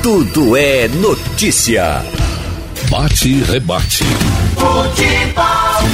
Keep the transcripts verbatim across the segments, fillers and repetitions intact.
Tudo é notícia. Bate e rebate. Futebol.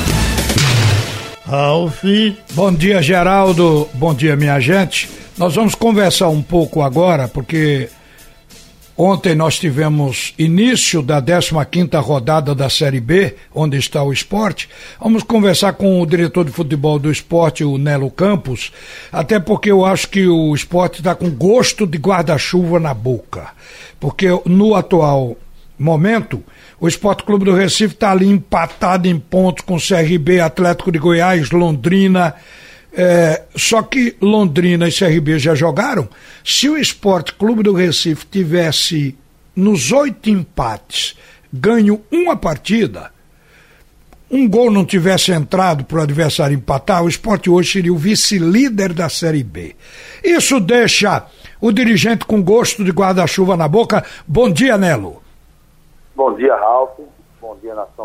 Ralf. Bom dia, Geraldo. Bom dia, minha gente. Nós vamos conversar um pouco agora, porque ontem nós tivemos início da décima quinta rodada da Série B, onde está o Sport. Vamos conversar com o diretor de futebol do Sport, o Nelo Campos, até porque eu acho que o Sport está com gosto de guarda-chuva na boca. Porque no atual momento, o Sport Clube do Recife está ali empatado em pontos com o C R B, Atlético de Goiás, Londrina. É, só que Londrina e C R B já jogaram. Se o Sport Clube do Recife tivesse nos oito empates ganho uma partida, um gol não tivesse entrado para o adversário empatar, o Sport hoje seria o vice-líder da Série B. Isso deixa o dirigente com gosto de guarda-chuva na boca. Bom dia, Nelo. Bom dia, Ralf. Bom dia, Nação.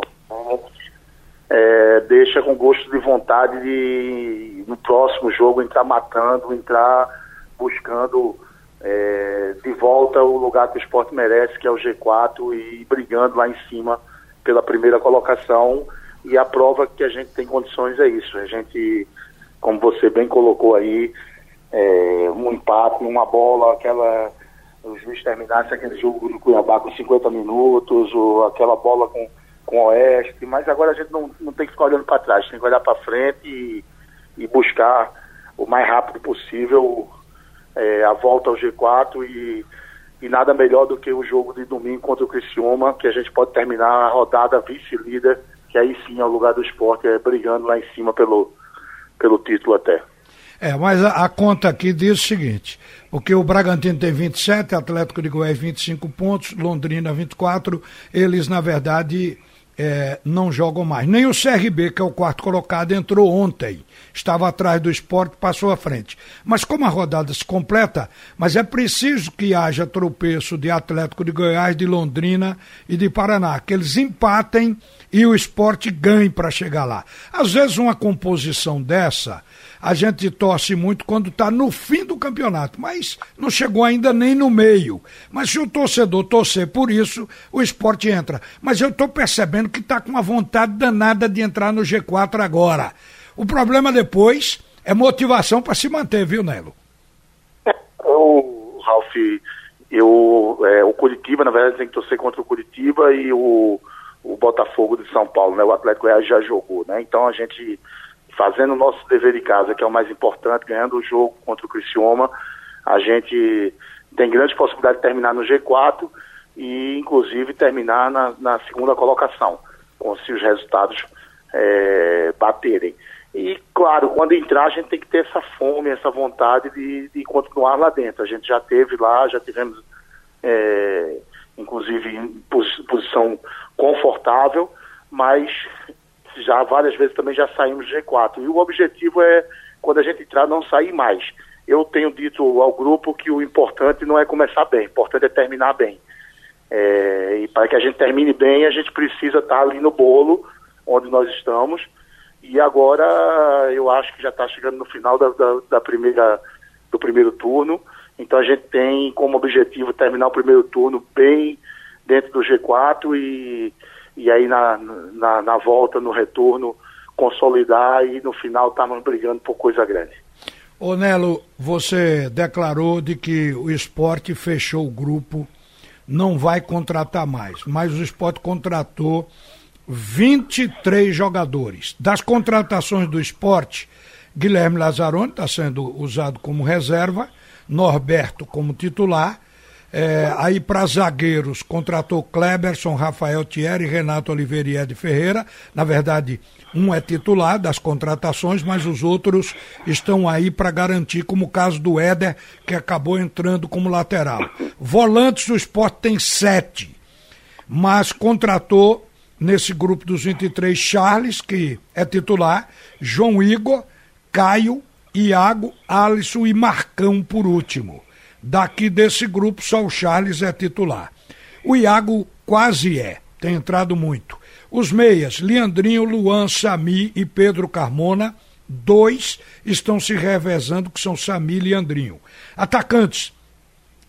É, deixa com gosto de vontade de, no próximo jogo, entrar matando, entrar buscando é, de volta o lugar que o Sport merece, que é o G quatro, e brigando lá em cima pela primeira colocação. E a prova que a gente tem condições é isso. A gente, como você bem colocou aí, é, um empate, uma bola, aquela, o juiz terminasse aquele jogo do Cuiabá com cinquenta minutos, ou aquela bola com com o Oeste, mas agora a gente não, não tem que ficar olhando para trás, tem que olhar para frente e, e buscar o mais rápido possível é, a volta ao G quatro, e, e nada melhor do que o jogo de domingo contra o Criciúma, que a gente pode terminar a rodada vice-líder, que aí sim é o lugar do Sport, é brigando lá em cima pelo, pelo título até. É, mas a, a conta aqui diz o seguinte, porque o Bragantino tem vinte e sete, Atlético de Goiás vinte e cinco pontos, Londrina vinte e quatro, eles na verdade é, não jogam mais. Nem o C R B, que é o quarto colocado, entrou ontem, estava atrás do Sport, passou à frente. Mas como a rodada se completa, mas é preciso que haja tropeço de Atlético de Goiás, de Londrina e de Paraná, que eles empatem e o Sport ganhe para chegar lá. Às vezes uma composição dessa, a gente torce muito quando está no fim do campeonato, mas não chegou ainda nem no meio. Mas se o torcedor torcer por isso, o Sport entra. Mas eu estou percebendo que está com uma vontade danada de entrar no G quatro agora. O problema depois é motivação para se manter, viu, Nelo? O Ralf, eu, é, o Curitiba, na verdade, tem que torcer contra o Curitiba e o, o Botafogo de São Paulo, né? O Atlético Goiás já jogou, né? Então a gente, fazendo o nosso dever de casa, que é o mais importante, ganhando o jogo contra o Criciúma, a gente tem grande possibilidade de terminar no G quatro e, inclusive, terminar na, na segunda colocação, com se os resultados é, baterem. E, claro, quando entrar, a gente tem que ter essa fome, essa vontade de, de continuar lá dentro. A gente já teve lá, já tivemos, é, inclusive, em pos- posição confortável, mas já várias vezes também já saímos do G quatro. E o objetivo é, quando a gente entrar, não sair mais. Eu tenho dito ao grupo que o importante não é começar bem, o importante é terminar bem. É, e para que a gente termine bem, a gente precisa estar ali no bolo, onde nós estamos. E agora eu acho que já está chegando no final da, da, da primeira, do primeiro turno. Então a gente tem como objetivo terminar o primeiro turno bem dentro do G quatro e, e aí na, na, na volta, no retorno, consolidar e no final estarmos brigando por coisa grande. Ô Nelo, você declarou de que o Sport fechou o grupo, não vai contratar mais, mas o Sport contratou vinte e três jogadores. Das contratações do Sport, Guilherme Lazzaroni está sendo usado como reserva, Norberto como titular, é, aí para zagueiros contratou Kleberson, Rafael Thierry, Renato Oliveira e Ed Ferreira. Na verdade, um é titular das contratações, mas os outros estão aí para garantir, como o caso do Éder, que acabou entrando como lateral. Volantes do Sport tem sete, mas contratou nesse grupo dos vinte e três, Charles, que é titular, João Igor, Caio, Iago, Alisson e Marcão por último. Daqui desse grupo só o Charles é titular. O Iago quase é, tem entrado muito. Os meias, Leandrinho, Luan, Sami e Pedro Carmona, dois estão se revezando, que são Sami e Leandrinho. Atacantes,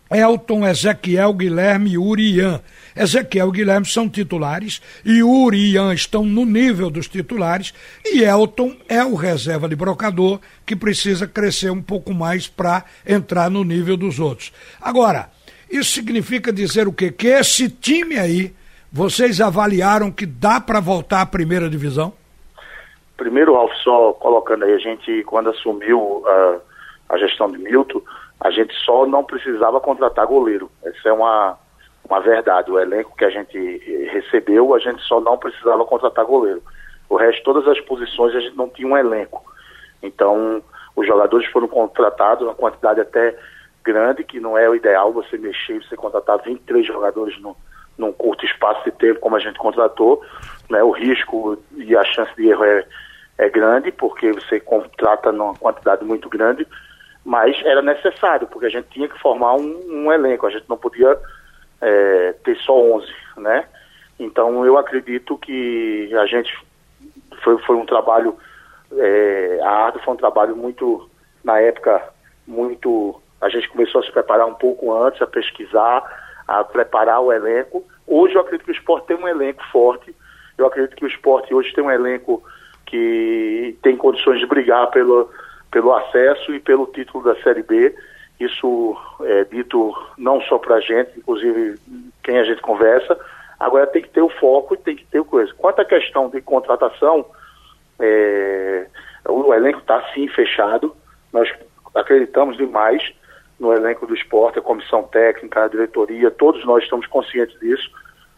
Elton, Ezequiel, Guilherme, Yuri e Ian. Ezequiel e Guilherme são titulares, Yuri e Ian estão no nível dos titulares, e Elton é o reserva de brocador que precisa crescer um pouco mais para entrar no nível dos outros. Agora, isso significa dizer o quê? Que esse time aí, vocês avaliaram que dá para voltar à primeira divisão? Primeiro, Ralf, só colocando aí, a gente, quando assumiu uh, a gestão de Milton, a gente só não precisava contratar goleiro. Essa é uma, uma verdade. O elenco que a gente recebeu, a gente só não precisava contratar goleiro. O resto, todas as posições, a gente não tinha um elenco. Então, os jogadores foram contratados, uma quantidade até grande, que não é o ideal você mexer, você contratar vinte e três jogadores no, num curto espaço de tempo, como a gente contratou. Né? O risco e a chance de erro é, é grande, porque você contrata numa quantidade muito grande, mas era necessário, porque a gente tinha que formar um, um elenco, a gente não podia é, ter só onze, né? Então eu acredito que a gente foi, foi um trabalho, é, a Ardo foi um trabalho muito, na época, muito, a gente começou a se preparar um pouco antes, a pesquisar, a preparar o elenco. Hoje eu acredito que o Sport tem um elenco forte, eu acredito que o Sport hoje tem um elenco que tem condições de brigar pelo pelo acesso e pelo título da Série B. Isso é dito não só para a gente, inclusive quem a gente conversa. Agora tem que ter o foco e tem que ter o coisa. Quanto à questão de contratação, é, o elenco está sim fechado. Nós acreditamos demais no elenco do Sport, a comissão técnica, a diretoria, todos nós estamos conscientes disso.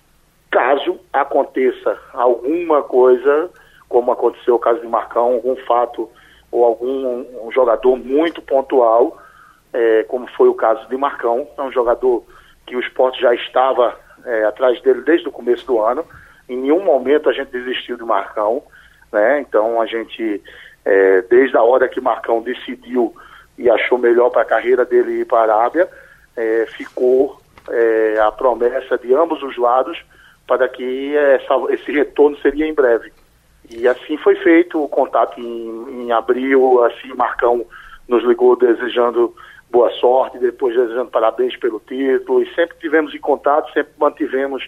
Caso aconteça alguma coisa, como aconteceu o caso de Marcão, algum fato ou algum um jogador muito pontual, é, como foi o caso de Marcão, é um jogador que o Sport já estava é, atrás dele desde o começo do ano. Em nenhum momento a gente desistiu de Marcão, né? Então a gente, é, desde a hora que Marcão decidiu e achou melhor para a carreira dele ir para a Arábia, é, ficou é, a promessa de ambos os lados para que essa, esse retorno seria em breve. E assim foi feito o contato em, em abril, assim Marcão nos ligou desejando boa sorte, depois desejando parabéns pelo título, e sempre tivemos em contato, sempre mantivemos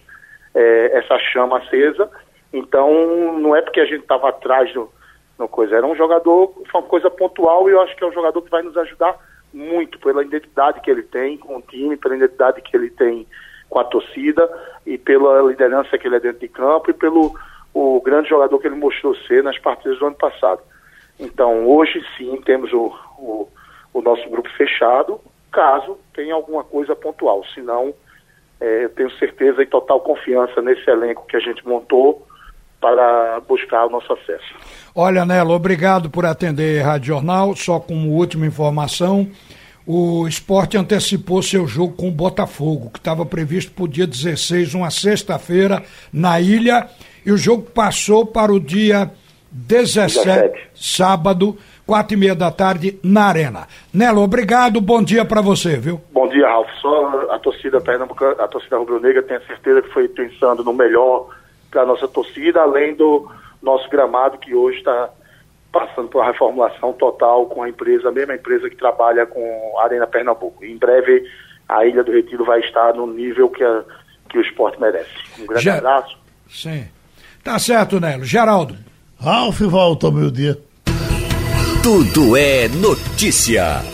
é, essa chama acesa. Então não é porque a gente estava atrás do, no coisa, era um jogador, foi uma coisa pontual, e eu acho que é um jogador que vai nos ajudar muito pela identidade que ele tem com o time, pela identidade que ele tem com a torcida, e pela liderança que ele é dentro de campo, e pelo o grande jogador que ele mostrou ser nas partidas do ano passado. Então, hoje sim, temos o, o, o nosso grupo fechado, caso tenha alguma coisa pontual. Senão, é, eu tenho certeza e total confiança nesse elenco que a gente montou para buscar o nosso acesso. Olha, Nelo, obrigado por atender a Rádio Jornal. Só como última informação, o Sport antecipou seu jogo com o Botafogo, que estava previsto para o dia dezesseis, uma sexta-feira, na Ilha, e o jogo passou para o dia dezessete, dezessete. Sábado, quatro e meia da tarde, na Arena. Nelo, obrigado, bom dia para você, viu? Bom dia, Ralf. Só a torcida pernambucana, a torcida rubro-negra, tenho certeza que foi pensando no melhor para a nossa torcida, além do nosso gramado, que hoje está passando por uma reformulação total com a empresa, a mesma empresa que trabalha com a Arena Pernambuco. Em breve, a Ilha do Retiro vai estar no nível que, a, que o esporte merece. Um grande Já... abraço. Sim. Tá certo, Nelo. Geraldo. Ralf volta ao meio dia. Tudo é notícia.